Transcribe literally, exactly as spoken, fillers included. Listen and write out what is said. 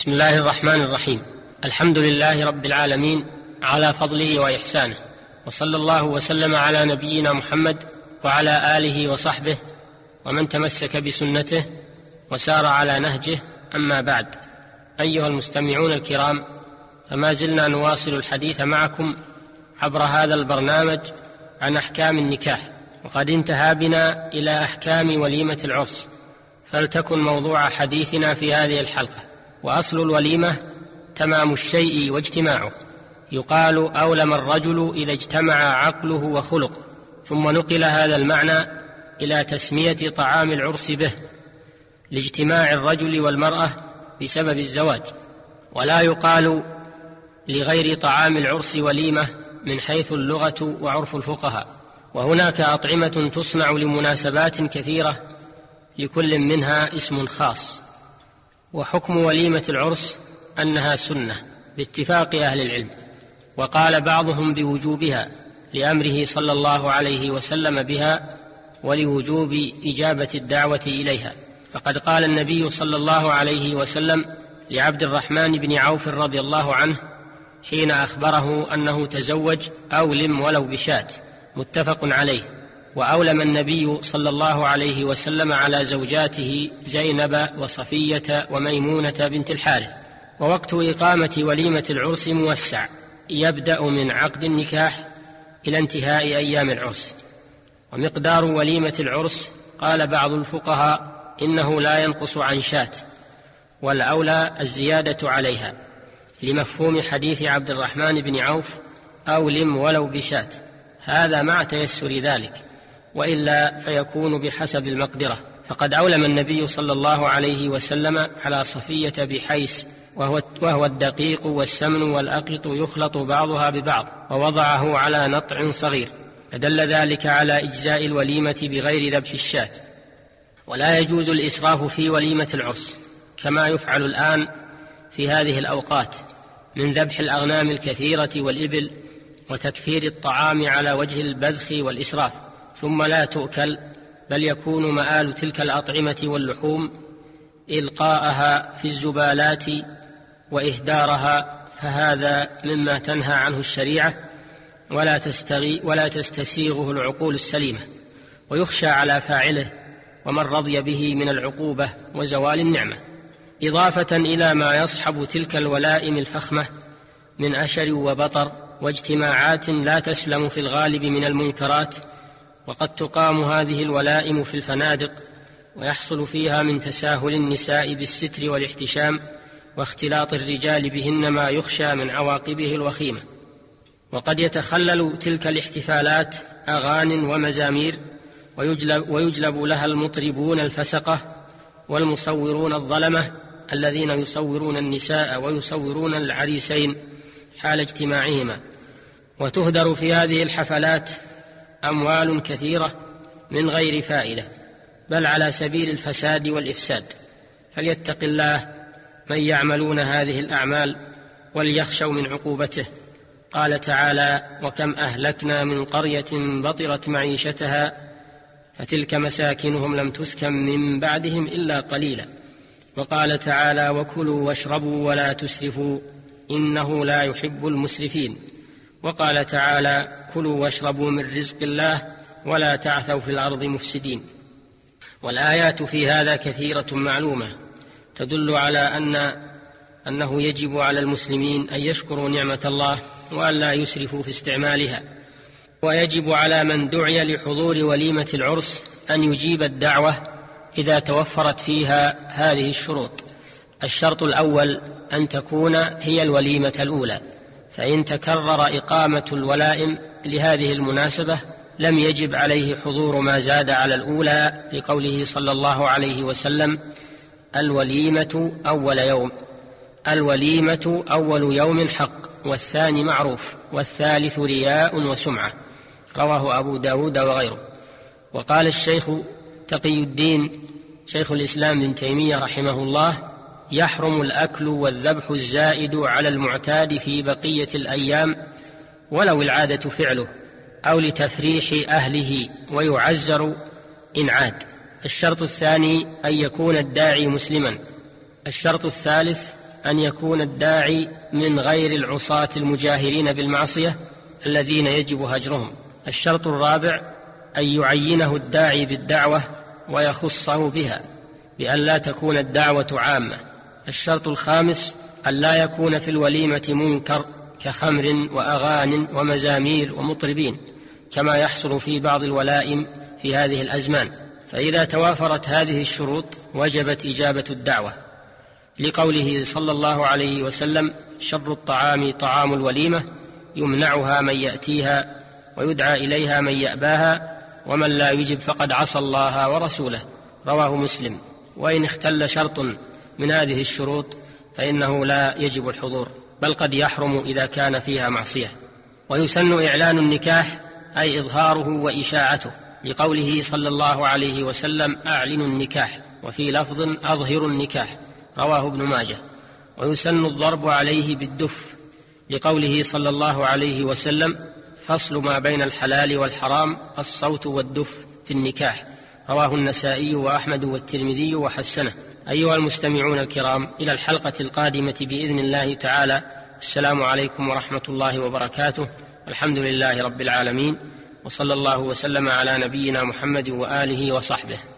بسم الله الرحمن الرحيم. الحمد لله رب العالمين على فضله وإحسانه، وصلى الله وسلم على نبينا محمد وعلى آله وصحبه ومن تمسك بسنته وسار على نهجه. أما بعد، أيها المستمعون الكرام، فما زلنا نواصل الحديث معكم عبر هذا البرنامج عن أحكام النكاح، وقد انتهى بنا إلى أحكام وليمة العرس، فلتكن موضوع حديثنا في هذه الحلقة. وأصل الوليمة تمام الشيء واجتماعه، يقال أولم الرجل إذا اجتمع عقله وخلقه، ثم نقل هذا المعنى إلى تسمية طعام العرس به لاجتماع الرجل والمرأة بسبب الزواج، ولا يقال لغير طعام العرس وليمة من حيث اللغة وعرف الفقهاء. وهناك أطعمة تصنع لمناسبات كثيرة لكل منها اسم خاص. وحكم وليمة العرس أنها سنة باتفاق أهل العلم، وقال بعضهم بوجوبها لأمره صلى الله عليه وسلم بها ولوجوب إجابة الدعوة إليها. فقد قال النبي صلى الله عليه وسلم لعبد الرحمن بن عوف رضي الله عنه حين أخبره أنه تزوج: أولم ولو بشاة، متفق عليه. وأولم النبي صلى الله عليه وسلم على زوجاته زينب وصفية وميمونة بنت الحارث. ووقت إقامة وليمة العرس موسع، يبدأ من عقد النكاح إلى انتهاء أيام العرس. ومقدار وليمة العرس قال بعض الفقهاء إنه لا ينقص عن شاة، والأولى الزيادة عليها لمفهوم حديث عبد الرحمن بن عوف: أولم ولو بشاة، هذا مع تيسر ذلك، وإلا فيكون بحسب المقدرة. فقد أولم النبي صلى الله عليه وسلم على صفية بحيس، وهو, وهو الدقيق والسمن والأقط يخلط بعضها ببعض، ووضعه على نطع صغير، فدل ذلك على إجزاء الوليمة بغير ذبح الشاة. ولا يجوز الإسراف في وليمة العرس كما يفعل الآن في هذه الأوقات من ذبح الأغنام الكثيرة والإبل وتكثير الطعام على وجه البذخ والإسراف ثم لا تؤكل، بل يكون مآل تلك الأطعمة واللحوم إلقاءها في الزبالات وإهدارها، فهذا مما تنهى عنه الشريعة ولا تستغي ولا تستسيغه العقول السليمة، ويخشى على فاعله ومن رضي به من العقوبة وزوال النعمة، إضافة إلى ما يصحب تلك الولائم الفخمة من أشر وبطر واجتماعات لا تسلم في الغالب من المنكرات. وقد تقام هذه الولائم في الفنادق، ويحصل فيها من تساهل النساء بالستر والاحتشام واختلاط الرجال بهن ما يخشى من عواقبه الوخيمة. وقد يتخلل تلك الاحتفالات أغان ومزامير، ويجلب, ويجلب لها المطربون الفسقة والمصورون الظلمة الذين يصورون النساء ويصورون العريسين حال اجتماعهما. وتهدر في هذه الحفلات أموال كثيرة من غير فائدة، بل على سبيل الفساد والإفساد. فليتق الله من يعملون هذه الأعمال وليخشوا من عقوبته. قال تعالى: وكم أهلكنا من قرية بطرت معيشتها فتلك مساكنهم لم تسكن من بعدهم إلا قليلا. وقال تعالى: وكلوا واشربوا ولا تسرفوا إنه لا يحب المسرفين. وقال تعالى: كلوا واشربوا من رزق الله ولا تعثوا في الأرض مفسدين. والآيات في هذا كثيرة معلومة تدل على أن أنه يجب على المسلمين أن يشكروا نعمة الله وأن لا يسرفوا في استعمالها. ويجب على من دعي لحضور وليمة العرس أن يجيب الدعوة إذا توفرت فيها هذه الشروط. الشرط الأول أن تكون هي الوليمة الأولى، فإن تكرر إقامة الولائم لهذه المناسبة لم يجب عليه حضور ما زاد على الأولى، لقوله صلى الله عليه وسلم: الوليمة أول يوم الوليمة أول يوم حق، والثاني معروف، والثالث رياء وسمعة، رواه أبو داود وغيره. وقال الشيخ تقي الدين شيخ الإسلام ابن تيمية رحمه الله: يحرم الأكل والذبح الزائد على المعتاد في بقية الأيام ولو العادة فعله، أو لتفريح أهله، ويعزر إن عاد. الشرط الثاني أن يكون الداعي مسلما. الشرط الثالث أن يكون الداعي من غير العصاة المجاهرين بالمعصية الذين يجب هجرهم. الشرط الرابع أن يعينه الداعي بالدعوة ويخصه بها بأن لا تكون الدعوة عامة. الشرط الخامس أن لا يكون في الوليمة منكر كخمر وأغان ومزامير ومطربين كما يحصل في بعض الولائم في هذه الأزمان، فإذا توافرت هذه الشروط وجبت إجابة الدعوة، لقوله صلى الله عليه وسلم: شر الطعام طعام الوليمة يمنعها من يأتيها ويدعى إليها من يأباها ومن لا يجب فقد عصى الله ورسوله. رواه مسلم. وإن اختل شرط من هذه الشروط فإنه لا يجب الحضور، بل قد يحرم إذا كان فيها معصية. ويسن إعلان النكاح أي إظهاره وإشاعته، لقوله صلى الله عليه وسلم: أعلنوا النكاح، وفي لفظ: أظهروا النكاح. رواه ابن ماجه. ويسن الضرب عليه بالدف، لقوله صلى الله عليه وسلم: فصل ما بين الحلال والحرام الصوت والدف في النكاح. رواه النسائي وأحمد والترمذي وحسنه. أيها المستمعون الكرام، إلى الحلقة القادمة بإذن الله تعالى. السلام عليكم ورحمة الله وبركاته. الحمد لله رب العالمين، وصلى الله وسلم على نبينا محمد وآله وصحبه.